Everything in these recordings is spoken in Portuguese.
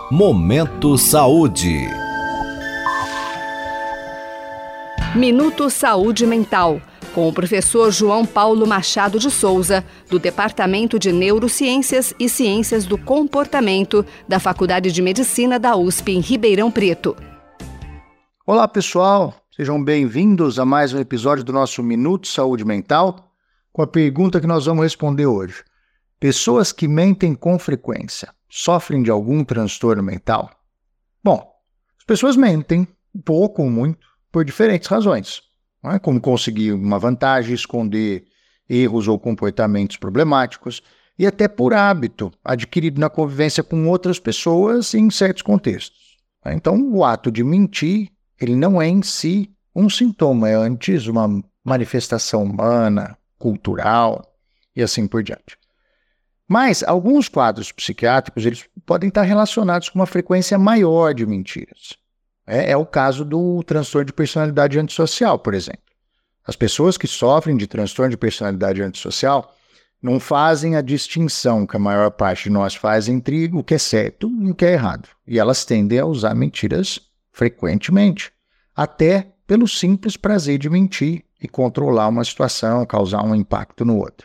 Momento Saúde. Minuto Saúde Mental, com o professor João Paulo Machado de Souza, do Departamento de Neurociências e Ciências do Comportamento da Faculdade de Medicina da USP em Ribeirão Preto. Olá, pessoal. Sejam bem-vindos a mais um episódio do nosso Minuto Saúde Mental, com a pergunta que nós vamos responder hoje. Pessoas que mentem com frequência sofrem de algum transtorno mental? Bom, as pessoas mentem, pouco ou muito, por diferentes razões, não é? Como conseguir uma vantagem, esconder erros ou comportamentos problemáticos, e até por hábito adquirido na convivência com outras pessoas em certos contextos. Então, o ato de mentir, ele não é em si um sintoma, é antes uma manifestação humana, cultural e assim por diante. Mas alguns quadros psiquiátricos eles podem estar relacionados com uma frequência maior de mentiras. É o caso do transtorno de personalidade antissocial, por exemplo. As pessoas que sofrem de transtorno de personalidade antissocial não fazem a distinção que a maior parte de nós faz entre o que é certo e o que é errado. E elas tendem a usar mentiras frequentemente, até pelo simples prazer de mentir e controlar uma situação, causar um impacto no outro.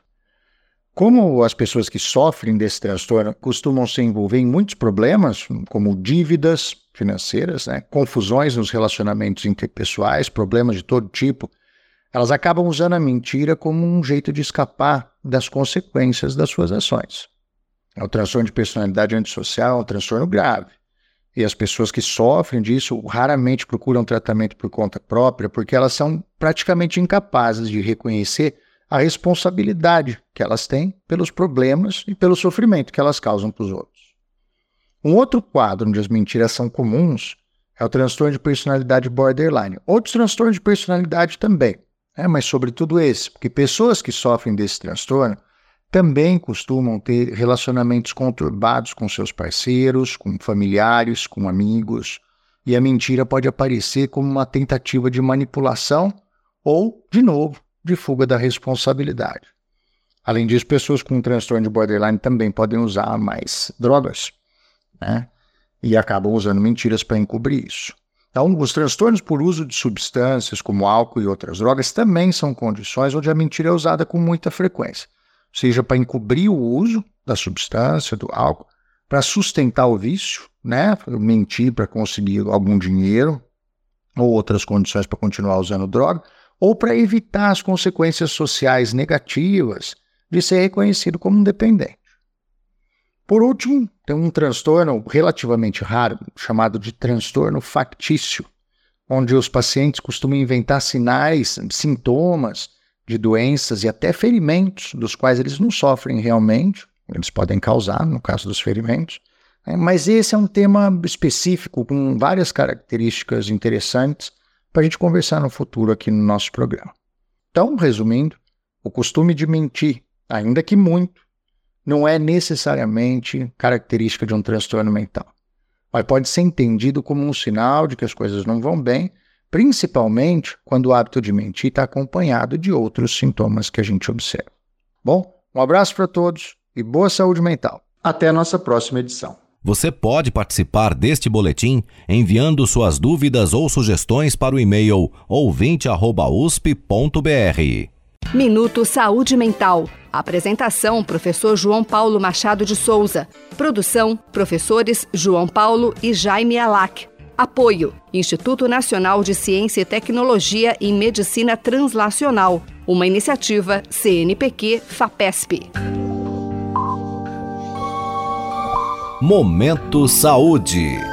Como as pessoas que sofrem desse transtorno costumam se envolver em muitos problemas, como dívidas financeiras, confusões nos relacionamentos interpessoais, problemas de todo tipo, elas acabam usando a mentira como um jeito de escapar das consequências das suas ações. O transtorno de personalidade antissocial é um transtorno grave. E as pessoas que sofrem disso raramente procuram tratamento por conta própria, porque elas são praticamente incapazes de reconhecer a responsabilidade que elas têm pelos problemas e pelo sofrimento que elas causam para os outros. Um outro quadro onde as mentiras são comuns é o transtorno de personalidade borderline. Outros transtornos de personalidade também, mas sobretudo esse, porque pessoas que sofrem desse transtorno também costumam ter relacionamentos conturbados com seus parceiros, com familiares, com amigos, e a mentira pode aparecer como uma tentativa de manipulação ou, de novo, de fuga da responsabilidade. Além disso, pessoas com transtorno de borderline também podem usar mais drogas, e acabam usando mentiras para encobrir isso. Então, os transtornos por uso de substâncias como álcool e outras drogas também são condições onde a mentira é usada com muita frequência, seja para encobrir o uso da substância, do álcool, para sustentar o vício, mentir para conseguir algum dinheiro ou outras condições para continuar usando droga, ou para evitar as consequências sociais negativas de ser reconhecido como um dependente. Por último, tem um transtorno relativamente raro, chamado de transtorno factício, onde os pacientes costumam inventar sinais, sintomas de doenças e até ferimentos, dos quais eles não sofrem realmente, eles podem causar, no caso dos ferimentos, mas esse é um tema específico, com várias características interessantes, para a gente conversar no futuro aqui no nosso programa. Então, resumindo, o costume de mentir, ainda que muito, não é necessariamente característica de um transtorno mental, mas pode ser entendido como um sinal de que as coisas não vão bem, principalmente quando o hábito de mentir está acompanhado de outros sintomas que a gente observa. Bom, um abraço para todos e boa saúde mental. Até a nossa próxima edição. Você pode participar deste boletim enviando suas dúvidas ou sugestões para o e-mail ouvinte@usp.br. Minuto Saúde Mental. Apresentação: professor João Paulo Machado de Souza. Produção: professores João Paulo e Jaime Alac. Apoio: Instituto Nacional de Ciência e Tecnologia em Medicina Translacional. Uma iniciativa CNPq-FAPESP. Momento Saúde.